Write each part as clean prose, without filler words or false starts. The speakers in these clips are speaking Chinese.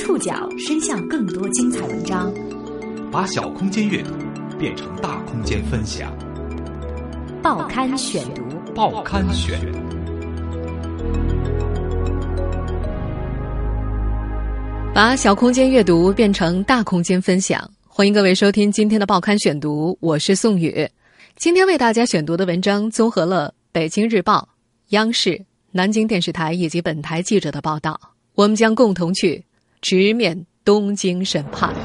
触角伸向更多精彩文章， 把小空间阅读变成大空间分享。 报刊选读， 报刊选。 把小空间阅读变成大空间分享，欢迎各位收听今天的报刊选读，我是宋宇。今天为大家选读的文章综合了北京日报、央视、南京电视台以及本台记者的报道，我们将共同去直面东京审判。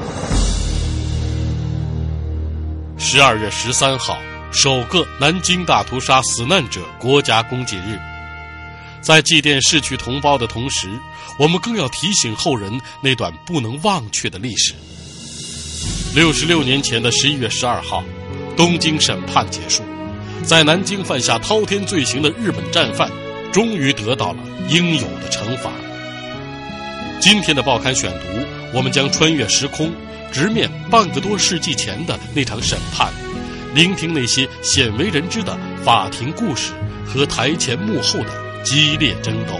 12月13号，首个南京大屠杀死难者国家公祭日。在祭奠逝去同胞的同时，我们更要提醒后人那段不能忘却的历史。66年前的11月12号，东京审判结束，在南京犯下滔天罪行的日本战犯终于得到了应有的惩罚。今天的报刊选读，我们将穿越时空，直面半个多世纪前的那场审判，聆听那些鲜为人知的法庭故事和台前幕后的激烈争斗。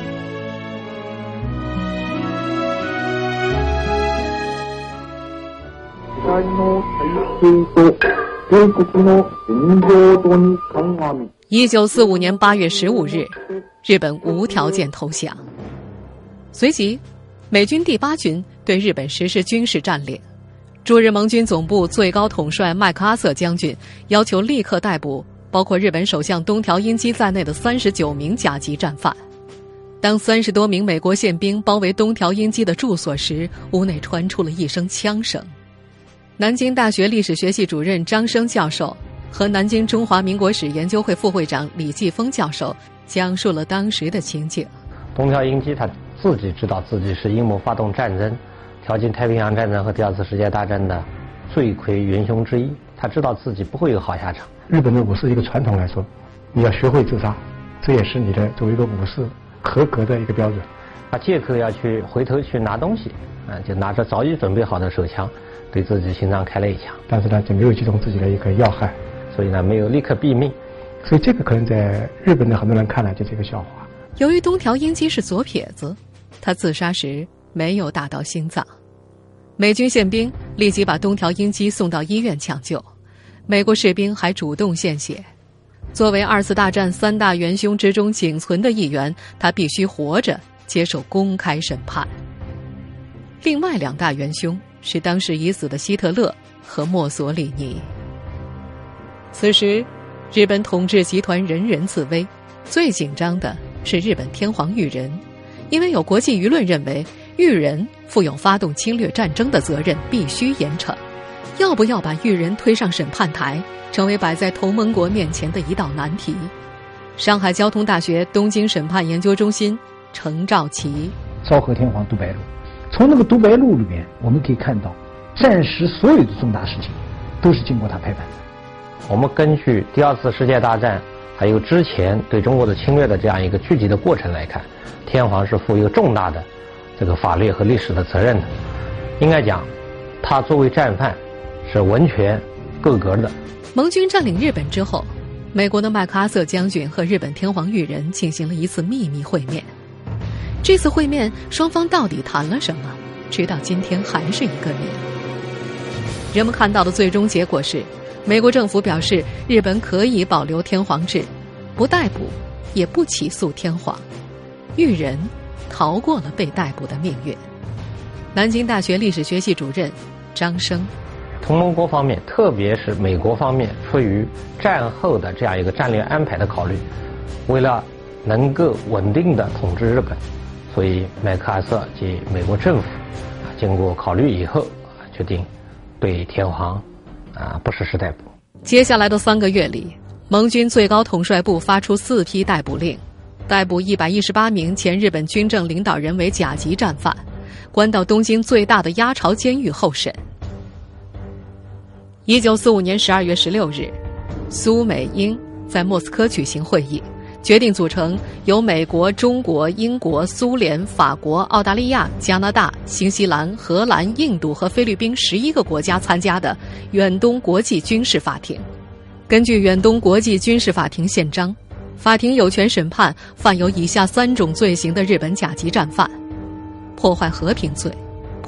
1945年8月15日，日本无条件投降。随即，美军第8军对日本实施军事占领。驻日盟军总部最高统帅麦克阿瑟将军要求立刻逮捕包括日本首相东条英机在内的39名甲级战犯。当30多名美国宪兵包围东条英机的住所时，屋内传出了一声枪声。南京大学历史学系主任张生教授和南京中华民国史研究会副会长李继峰教授讲述了当时的情景。 东条英机他自己知道自己是阴谋发动战争，挑进太平洋战争和第2次世界大战的罪魁元凶之一，他知道自己不会有好下场。 日本的武士一个传统来说，你要学会自杀，这也是你的作为一个武士合格的一个标准。 他借口要去回头去拿东西，就拿着早已准备好的手枪对自己心脏开了一枪， 但是呢就没有击中自己的一个要害， 所以呢没有立刻毙命。 所以这个可能在日本的很多人看来就是一个笑话。 由于东条英机是左撇子，他自杀时没有打到心脏。美军宪兵立即把东条英机送到医院抢救，美国士兵还主动献血。作为2次大战3大元凶之中仅存的一员，他必须活着接受公开审判。另外2大元凶是当时已死的希特勒和墨索里尼。此时日本统治集团人人自危，最紧张的是日本天皇裕仁，因为有国际舆论认为裕仁负有发动侵略战争的责任，必须严惩。要不要把裕仁推上审判台，成为摆在同盟国面前的一道难题。上海交通大学东京审判研究中心程兆奇： 昭和天皇读白录，从那个读白录里面我们可以看到，战时所有的重大事情都是经过他拍板的。 我们根据第2次世界大战还有之前对中国的侵略的这样一个具体的过程来看，天皇是负一个重大的这个法律和历史的责任的。应该讲，他作为战犯是完全够格的。 盟军占领日本之后，美国的麦克阿瑟将军和日本天皇裕仁进行了一次秘密会面。这次会面双方到底谈了什么，直到今天还是一个谜。人们看到的最终结果是，美国政府表示日本可以保留天皇制，不逮捕也不起诉天皇，裕仁逃过了被逮捕的命运。南京大学历史学系主任张生： 同盟国方面，特别是美国方面，出于战后的这样一个战略安排的考虑，为了能够稳定的统治日本，所以麦克阿瑟及美国政府经过考虑以后，决定对天皇不实施逮捕。 接下来的3个月里，盟军最高统帅部发出4批逮捕令，逮捕118名前日本军政领导人为甲级战犯，关到东京最大的鸭巢监狱候审。1945年12月16日，苏美英在莫斯科举行会议，决定组成由美国、中国、英国、苏联、法国、澳大利亚、加拿大、新西兰、荷兰、印度和菲律宾11个国家参加的远东国际军事法庭。根据远东国际军事法庭宪章，法庭有权审判犯有以下3种罪行的日本甲级战犯：破坏和平罪、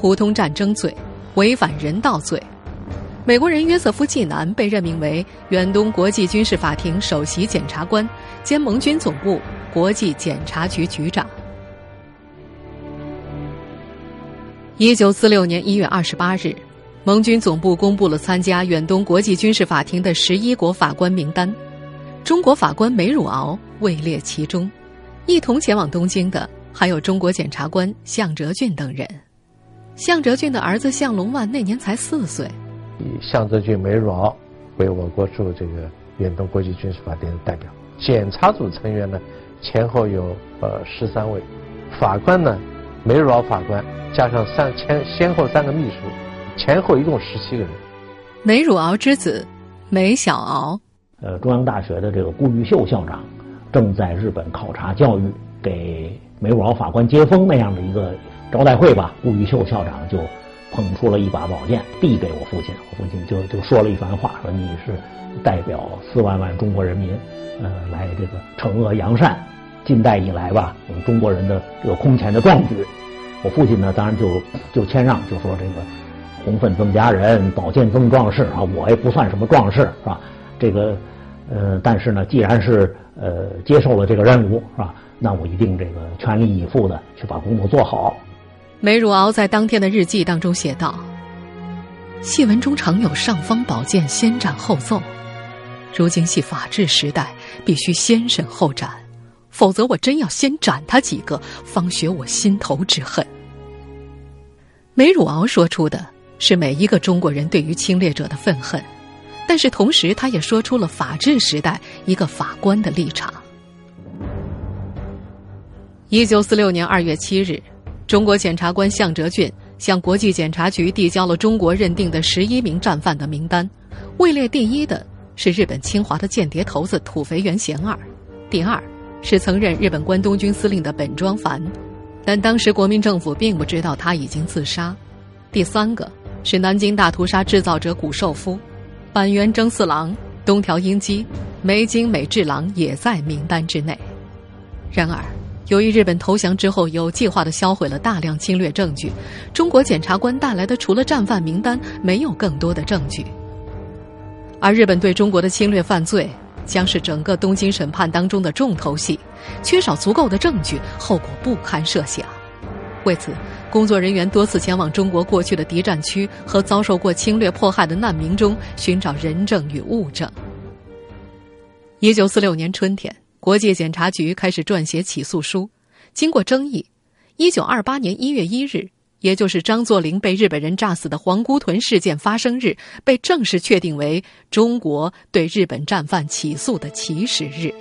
普通战争罪、违反人道罪。美国人约瑟夫·季南被任命为远东国际军事法庭首席检察官兼盟军总部国际检察局局长。1946年1月28日，盟军总部公布了参加远东国际军事法庭的11国法官名单，中国法官梅汝敖位列其中。一同前往东京的还有中国检察官项哲俊等人。项哲俊的儿子项龙万那年才4岁。 以项哲俊、梅汝敖为我国驻这个远东国际军事法庭的代表。检察组成员呢，前后有13位，法官呢，梅汝敖法官加上先后3个秘书，前后一共17个人。 梅汝敖之子梅小敖， 中央大学的这个顾玉秀校长正在日本考察教育，给梅汝敖法官接风那样的一个招待会吧，顾玉秀校长就捧出了一把宝剑递给我父亲，我父亲就说了一番话，说你是代表4万万中国人民，来这个惩恶扬善。近代以来吧，我们中国人的这个空前的壮举。我父亲呢，当然就谦让，就说这个红粉增佳人，宝剑增壮士啊，我也不算什么壮士，是吧？这个但是呢，既然是接受了这个任务，是吧？那我一定这个全力以赴的去把工作做好。 梅汝敖在当天的日记当中写道：戏文中常有尚方宝剑先斩后奏，如今系法治时代，必须先审后斩，否则我真要先斩他几个，方雪我心头之恨。梅汝敖说出的是每一个中国人对于侵略者的愤恨，但是同时他也说出了法治时代一个法官的立场。1946年2月7日，中国检察官项哲俊向国际检察局递交了中国认定的11名战犯的名单，位列第一的是日本侵华的间谍头子土肥原贤二，第二是曾任日本关东军司令的本庄繁，但当时国民政府并不知道他已经自杀。第三个是南京大屠杀制造者谷寿夫，板垣征四郎、东条英机、梅津美治郎也在名单之内。然而由于日本投降之后有计划地销毁了大量侵略证据，中国检察官带来的除了战犯名单没有更多的证据。而日本对中国的侵略犯罪将是整个东京审判当中的重头戏，缺少足够的证据，后果不堪设想。为此，工作人员多次前往中国过去的敌占区和遭受过侵略迫害的难民中寻找人证与物证。1946年春天，国际检察局开始撰写起诉书，经过争议，1928年1月1日，也就是张作霖被日本人炸死的皇姑屯事件发生日，被正式确定为中国对日本战犯起诉的起始日。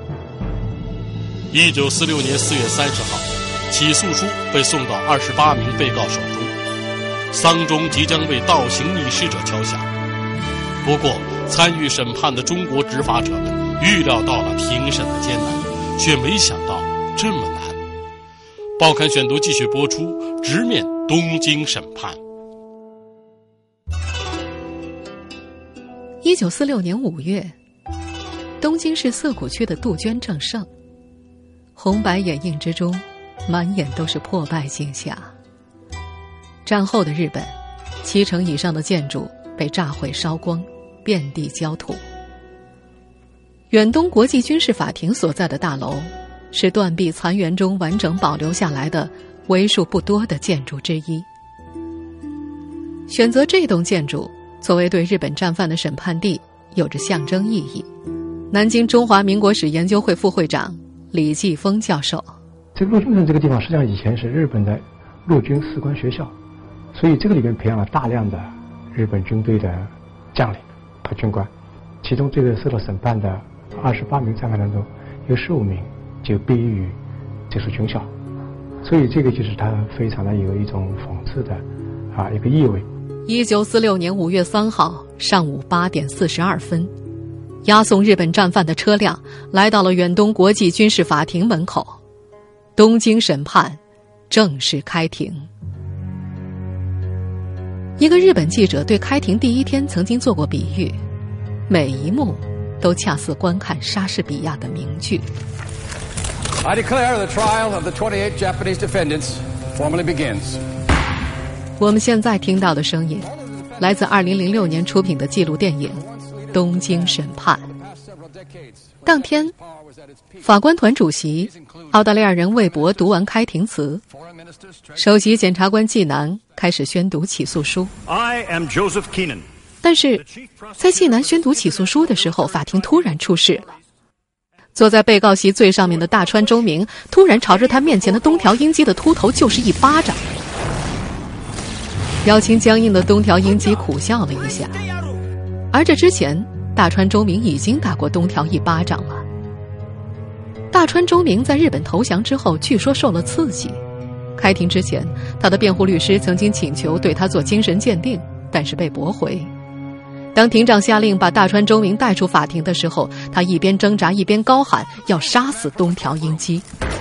1946年4月30号，起诉书被送到28名被告手中，丧钟即将为倒行逆施者敲响。不过，参与审判的中国执法者们预料到了庭审的艰难，却没想到这么难。报刊选读继续播出，直面东京审判。 1946年5月，东京市涩谷区的杜鹃正盛，红白掩映之中，满眼都是破败景象。战后的日本，70%以上的建筑被炸毁烧光，遍地焦土。远东国际军事法庭所在的大楼，是断壁残垣中完整保留下来的为数不多的建筑之一。选择这栋建筑作为对日本战犯的审判地，有着象征意义。南京中华民国史研究会副会长李继峰教授： 这个陆军省这个地方实际上以前是日本的陆军士官学校，所以这个里面培养了大量的日本军队的将领和军官，其中这个受到审判的28名战犯当中，有15名就毕业于这所军校，所以这个就是它非常的有一种讽刺的一个意味。 1946年5月3号上午8点42分，押送日本战犯的车辆来到了远东国际军事法庭门口，东京审判正式开庭。一个日本记者对开庭第一天曾经做过比喻，每一幕都恰似观看莎士比亚的名剧。 I declare the trial of the 28 Japanese defendants formally begins. 我们现在听到的声音，来自2006年出品的纪录电影《东京审判》。当天，法官团主席澳大利亚人魏博读完开庭词，首席检察官季南开始宣读起诉书。但是，在季南宣读起诉书的时候，法庭突然出事了。坐在被告席最上面的大川周明突然朝着他面前的东条英机的秃头就是一巴掌。表情僵硬的东条英机苦笑了一下，而这之前大川周明已经打过东条一巴掌了。大川周明在日本投降之后据说受了刺激，开庭之前他的辩护律师曾经请求对他做精神鉴定，但是被驳回。当庭长下令把大川周明带出法庭的时候，他一边挣扎一边高喊要杀死东条英机。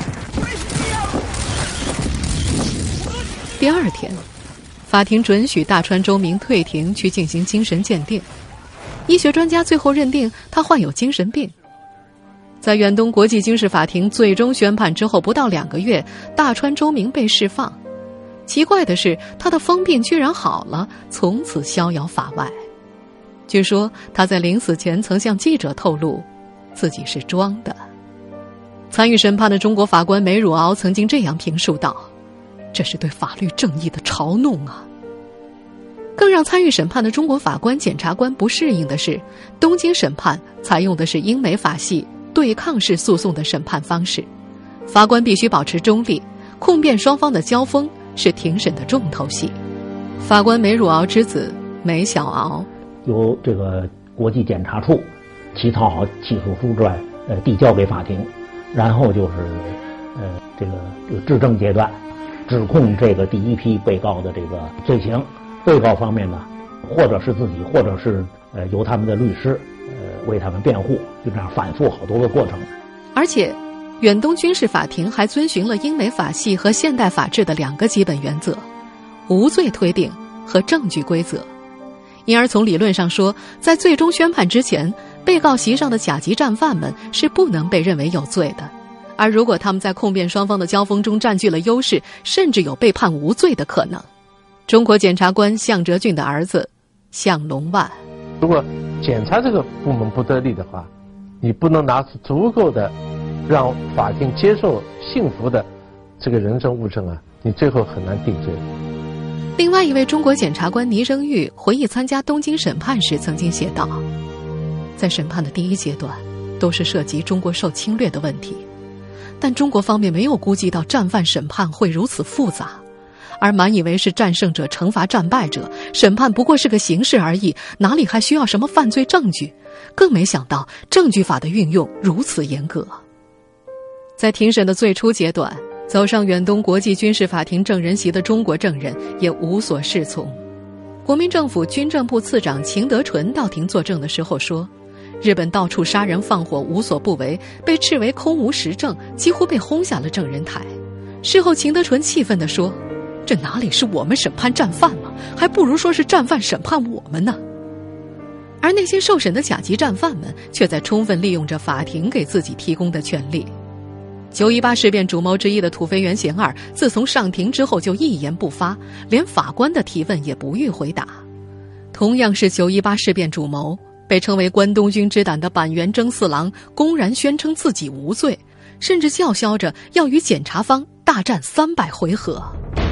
第二天，法庭准许大川周明退庭去进行精神鉴定，医学专家最后认定他患有精神病。在远东国际军事法庭最终宣判之后不到2个月，大川周明被释放。奇怪的是，他的疯病居然好了，从此逍遥法外。据说他在临死前曾向记者透露自己是装的。参与审判的中国法官梅汝敖曾经这样评述道：这是对法律正义的嘲弄啊！更让参与审判的中国法官、检察官不适应的是，东京审判采用的是英美法系对抗式诉讼的审判方式，法官必须保持中立，控辩双方的交锋是庭审的重头戏。法官梅汝敖之子梅小敖由这个国际检察处起草好起诉书之外，递交给法庭，然后就是这个质证阶段，指控这个第一批被告的这个罪行。被告方面呢，或者是自己，或者是由他们的律师为他们辩护，就这样反复好多个过程。 而且远东军事法庭还遵循了英美法系和现代法治的2个基本原则：无罪推定和证据规则。因而从理论上说，在最终宣判之前，被告席上的甲级战犯们是不能被认为有罪的，而如果他们在控辩双方的交锋中占据了优势，甚至有被判无罪的可能。中国检察官向哲俊的儿子向龙万， 如果检察这个部门不得力的话，你不能拿出足够的让法庭接受信服的这个人证物证啊，你最后很难定罪。 另外一位中国检察官倪扔玉回忆参加东京审判时曾经写道，在审判的第一阶段都是涉及中国受侵略的问题，但中国方面没有估计到战犯审判会如此复杂，而满以为是战胜者惩罚战败者，审判不过是个形式而已，哪里还需要什么犯罪证据，更没想到证据法的运用如此严格。在庭审的最初阶段，走上远东国际军事法庭证人席的中国证人也无所适从。国民政府军政部次长秦德纯到庭作证的时候说，日本到处杀人放火无所不为，被斥为空无实证，几乎被轰下了证人台。事后秦德纯气愤地说，这哪里是我们审判战犯了，还不如说是战犯审判我们呢。而那些受审的甲级战犯们却在充分利用着法庭给自己提供的权利。918事变主谋之一的土肥原贤二自从上庭之后就一言不发，连法官的提问也不予回答。同样是918事变主谋，被称为关东军之胆的板垣征四郎公然宣称自己无罪，甚至叫嚣着要与检察方大战300回合。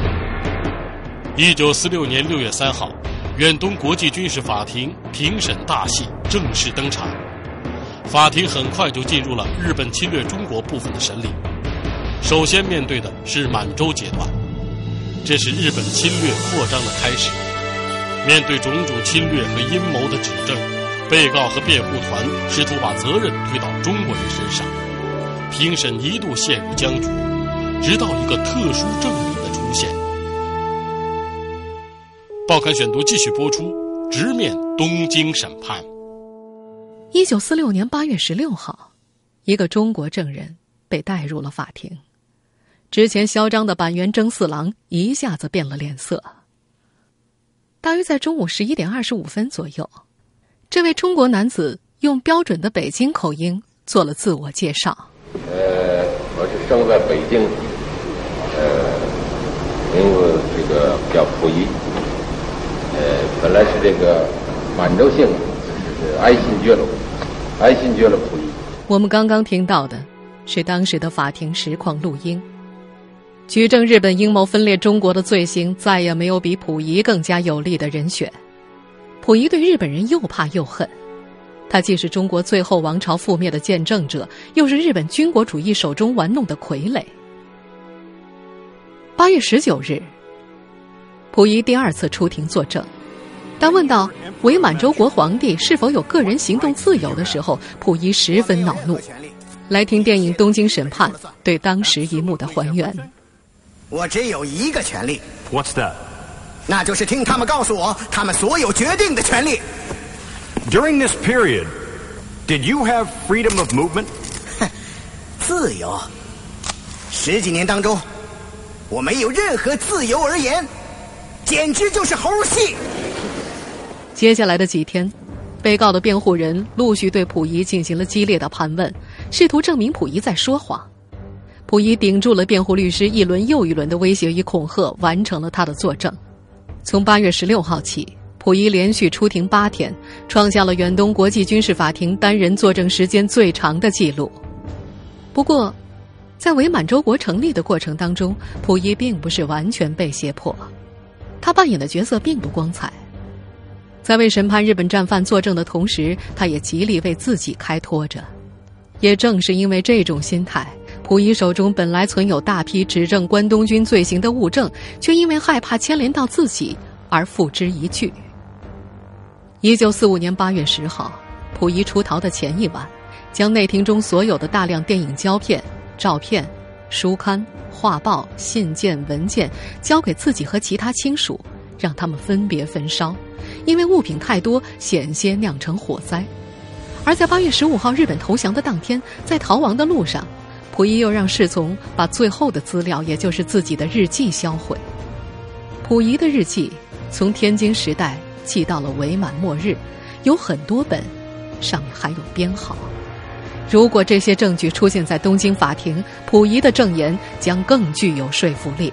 1946年6月3号，远东国际军事法庭庭审大戏正式登场。法庭很快就进入了日本侵略中国部分的审理，首先面对的是满洲阶段，这是日本侵略扩张的开始。面对种种侵略和阴谋的指证，被告和辩护团试图把责任推到中国人身上，庭审一度陷入僵局，直到一个特殊证人的出现。报刊选读继续播出，直面东京审判。 1946年8月16号，一个中国证人被带入了法庭。之前嚣张的板垣征四郎一下子变了脸色。大约在中午11点25分左右，这位中国男子用标准的北京口音做了自我介绍。 我是生在北京，名字个叫溥仪，本来是这个满洲姓，是爱新觉罗溥仪。 我们刚刚听到的是当时的法庭实况录音。举证日本阴谋分裂中国的罪行，再也没有比溥仪更加有力的人选。溥仪对日本人又怕又恨，他既是中国最后王朝覆灭的见证者，又是日本军国主义手中玩弄的傀儡。8月19日，溥仪第二次出庭作证。当问到伪满洲国皇帝是否有个人行动自由的时候，溥仪十分恼怒。来听电影《东京审判》对当时一幕的还原。 我只有一个权利。 What's that? 那就是听他们告诉我他们所有决定的权利。 During this period, did you have freedom of movement? 自由？10几年当中，我没有任何自由而言，简直就是猴戏。 接下来的几天，被告的辩护人陆续对溥仪进行了激烈的盘问，试图证明溥仪在说谎。溥仪顶住了辩护律师一轮又一轮的威胁与恐吓，完成了他的作证。从8月16号起，溥仪连续出庭8天，创下了远东国际军事法庭单人作证时间最长的记录。不过，在伪满洲国成立的过程当中，溥仪并不是完全被胁迫，他扮演的角色并不光彩。在为审判日本战犯作证的同时，他也极力为自己开脱着。也正是因为这种心态，溥仪手中本来存有大批指证关东军罪行的物证，却因为害怕牵连到自己而付之一炬。1945年8月10号，溥仪出逃的前一晚，将内廷中所有的大量电影胶片、照片、书刊、画报、信件、文件交给自己和其他亲属，让他们分别焚烧，因为物品太多，险些酿成火灾。而在8月15号日本投降的当天，在逃亡的路上，溥仪又让侍从把最后的资料，也就是自己的日记销毁。溥仪的日记从天津时代记到了伪满末日，有很多本，上面还有编号。如果这些证据出现在东京法庭，溥仪的证言将更具有说服力。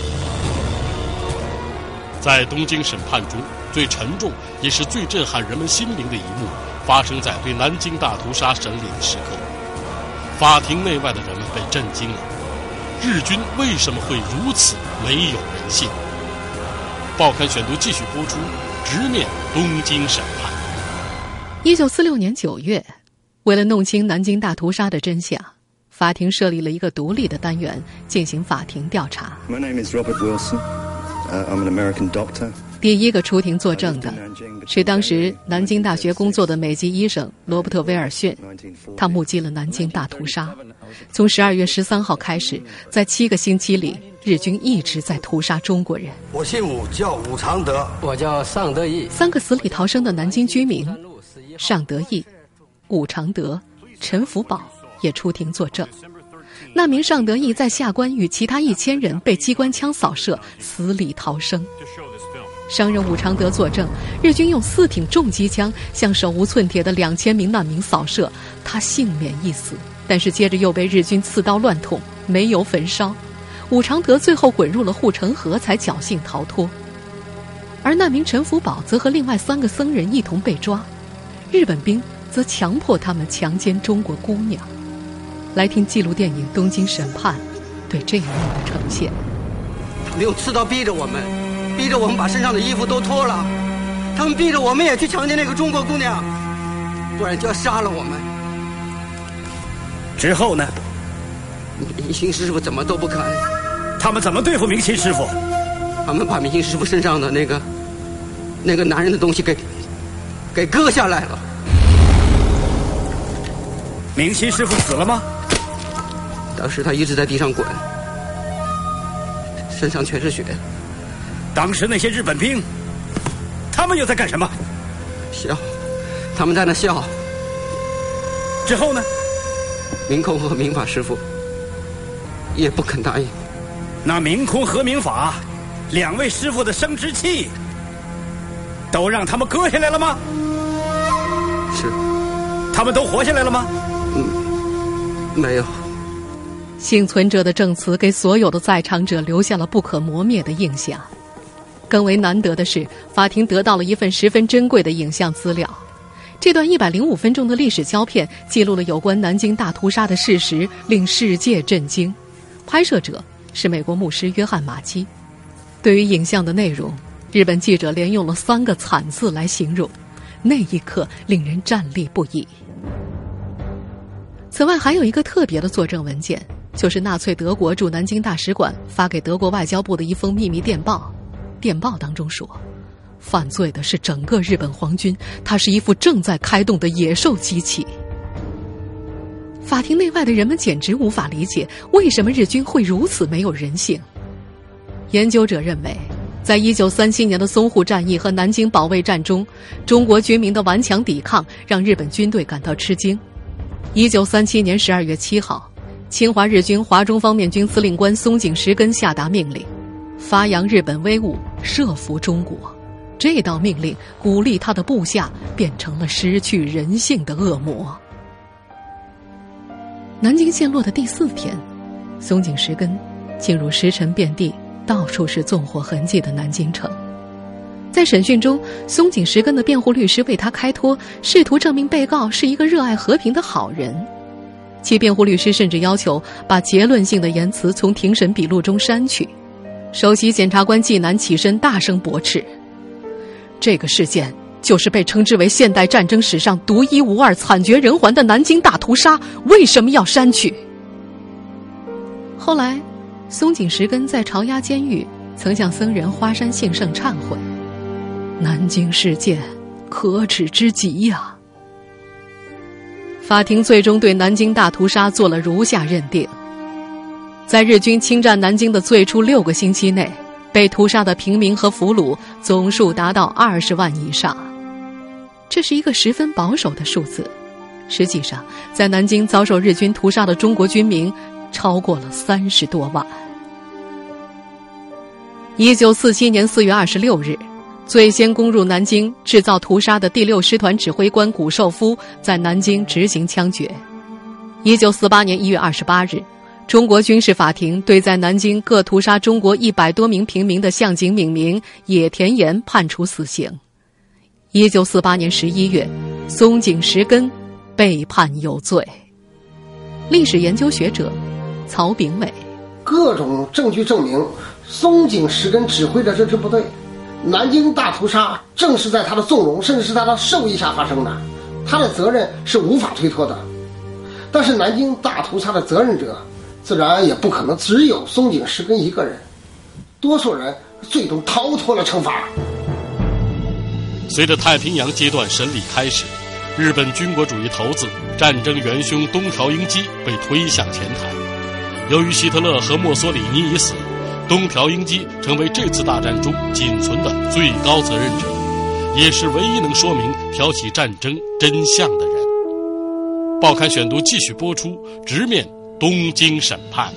在东京审判中，最沉重也是最震撼人们心灵的一幕，发生在对南京大屠杀审理的时刻。法庭内外的人们被震惊了，日军为什么会如此没有人性？报刊选读继续播出，直面东京审判。 1946年9月，为了弄清南京大屠杀的真相，法庭设立了一个独立的单元进行法庭调查。 My name is Robert Wilson. I'm an American doctor. 第一个出庭作证的是当时南京大学工作的美籍医生罗伯特·威尔逊，他目击了南京大屠杀。从12月13号开始，在7个星期里，日军一直在屠杀中国人。 我姓武，叫武常德。我叫尚德义。 3个死里逃生的南京居民尚德义、武常德、陈福宝也出庭作证。难民尚德义在下关与其他1000人被机关枪扫射，死里逃生。商人武常德作证，日军用4挺重机枪向手无寸铁的2000名难民扫射，他幸免一死，但是接着又被日军刺刀乱捅，没有焚烧。武常德最后滚入了护城河，才侥幸逃脱。而难民陈福宝则和另外3个僧人一同被抓，日本兵则强迫他们强奸中国姑娘。来听纪录电影《东京审判》对这一幕的呈现。 他们用刺刀逼着我们把身上的衣服都脱了，他们逼着我们也去强奸那个中国姑娘，不然就要杀了我们。 之后呢？ 明星师傅怎么都不肯。 他们怎么对付明星师傅？ 他们把明星师傅身上的那个男人的东西给割下来了。 明星师傅死了吗？ 当时他一直在地上滚，身上全是血。 当时那些日本兵，他们又在干什么？ 笑，他们在那笑。 之后呢？ 明空和明法师傅也不肯答应。 那明空和明法2位师傅的生殖器都让他们割下来了吗？ 是。 他们都活下来了吗？ 没有。 幸存者的证词给所有的在场者留下了不可磨灭的印象。 更为难得的是，法庭得到了一份十分珍贵的影像资料。这段105分钟的历史胶片记录了有关南京大屠杀的事实，令世界震惊。拍摄者是美国牧师约翰·马基。对于影像的内容，日本记者连用了3个惨字来形容，那一刻令人战栗不已。此外，还有一个特别的作证文件，就是纳粹德国驻南京大使馆发给德国外交部的一封秘密电报。电报当中说，犯罪的是整个日本皇军，它是一副正在开动的野兽机器。法庭内外的人们简直无法理解，为什么日军会如此没有人性。研究者认为，在1937年的淞沪战役和南京保卫战中，中国军民的顽强抵抗让日本军队感到吃惊。1937年12月7号，侵华日军华中方面军司令官松井石根下达命令，发扬日本威武，慑服中国。这道命令鼓励他的部下变成了失去人性的恶魔。南京陷落的第4天，松井石根进入石沉遍地、到处是纵火痕迹的南京城。在审讯中，松井石根的辩护律师为他开脱，试图证明被告是一个热爱和平的好人。其辩护律师甚至要求把结论性的言辞从庭审笔录中删去。首席检察官纪南起身大声驳斥，这个事件就是被称之为现代战争史上独一无二、惨绝人寰的南京大屠杀，为什么要删去？后来，松井石根在朝押监狱曾向僧人花山幸胜忏悔，南京事件可耻之极呀。法庭最终对南京大屠杀做了如下认定：在日军侵占南京的最初6个星期内，被屠杀的平民和俘虏总数达到20万以上。这是一个十分保守的数字，实际上在南京遭受日军屠杀的中国军民超过了30多万。1947年4月26日，最先攻入南京制造屠杀的第6师团指挥官谷寿夫在南京执行枪决。1948年1月28日，中国军事法庭对在南京各屠杀中国100多名平民的向井敏明、野田岩判处死刑。1948年11月，松井石根被判有罪。历史研究学者曹炳伟， 各种证据证明松井石根指挥的这支部队，南京大屠杀正是在他的纵容甚至是在他授意下发生的，他的责任是无法推脱的。但是南京大屠杀的责任者自然也不可能只有松井石根一个人，多数人最终逃脱了惩罚。 随着太平洋阶段审理开始，日本军国主义头子、战争元凶东条英机被推向前台。由于希特勒和墨索里尼已死，东条英机成为这次大战中仅存的最高责任者，也是唯一能说明挑起战争真相的人。报刊选读继续播出，直面东京审判。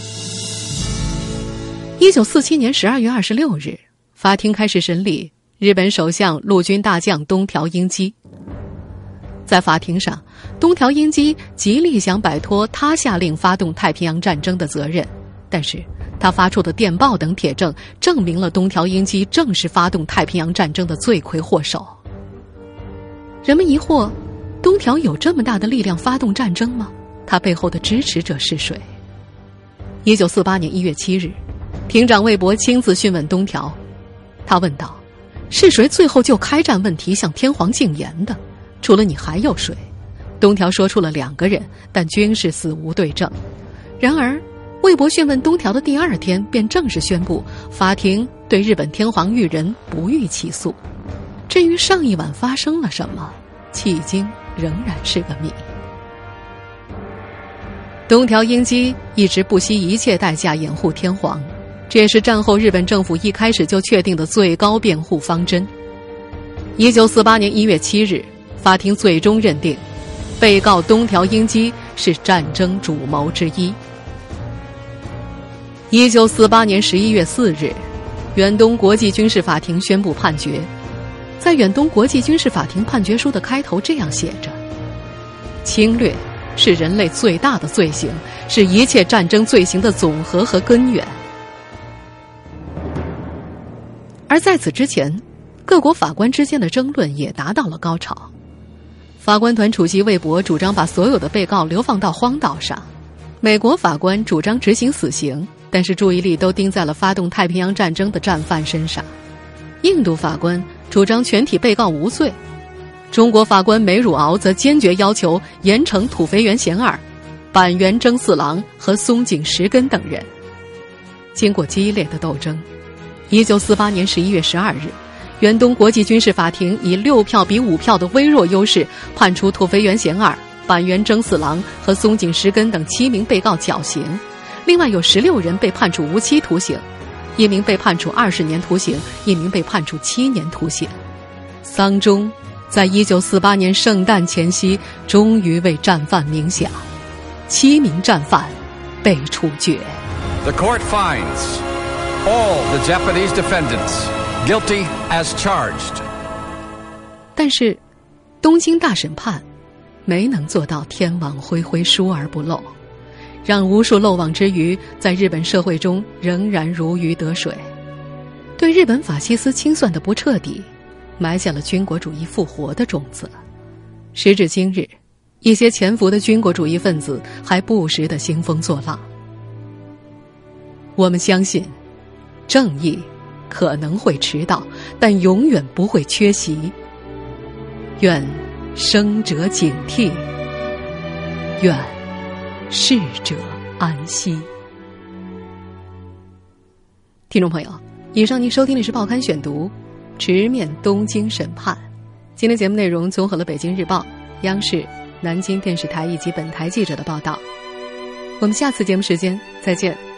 1947年12月26日，法庭开始审理日本首相陆军大将东条英机。在法庭上，东条英机极力想摆脱他下令发动太平洋战争的责任，但是他发出的电报等铁证证明了东条英机正是发动太平洋战争的罪魁祸首。人们疑惑，东条有这么大的力量发动战争吗？他背后的支持者是谁？1948年1月7日，庭长魏博亲自讯问东条，他问道：是谁最后就开战问题向天皇进言的？除了你还有谁？东条说出了2个人，但均是死无对证。然而魏博讯问东条的第2天便正式宣布，法庭对日本天皇裕仁不予起诉。至于上一晚发生了什么，迄今仍然是个谜。东条英机一直不惜一切代价掩护天皇，这也是战后日本政府一开始就确定的最高辩护方针。1948年1月7日，法庭最终认定，被告东条英机是战争主谋之一。1948年11月4日，远东国际军事法庭宣布判决。在远东国际军事法庭判决书的开头这样写着：侵略是人类最大的罪行，是一切战争罪行的总和和根源。 而在此之前，各国法官之间的争论也达到了高潮。法官团主席魏博主张把所有的被告流放到荒岛上，美国法官主张执行死刑，但是注意力都盯在了发动太平洋战争的战犯身上。印度法官主张全体被告无罪，中国法官梅汝敖则坚决要求严惩土肥原贤二、板垣征四郎和松井石根等人。经过激烈的斗争，1948年11月12日，远东国际军事法庭以6票比5票的微弱优势，判处土肥原贤二、板垣征四郎和松井石根等7名被告绞刑，另外有16人被判处无期徒刑，1名被判处20年徒刑，1名被判处7年徒刑。丧钟在1948年圣诞前夕终于为战犯鸣响，7名战犯被处决。 The court finds all the Japanese defendants guilty as charged. 但是，东京大审判没能做到天网恢恢，疏而不漏，让无数漏网之鱼在日本社会中仍然如鱼得水。对日本法西斯清算的不彻底，埋下了军国主义复活的种子。时至今日，一些潜伏的军国主义分子还不时地兴风作浪。我们相信，正义可能会迟到，但永远不会缺席。愿生者警惕，愿逝者安息。听众朋友，以上您收听的是《报刊选读》，直面东京审判。今天节目内容综合了北京日报、央视、南京电视台以及本台记者的报道。我们下次节目时间再见。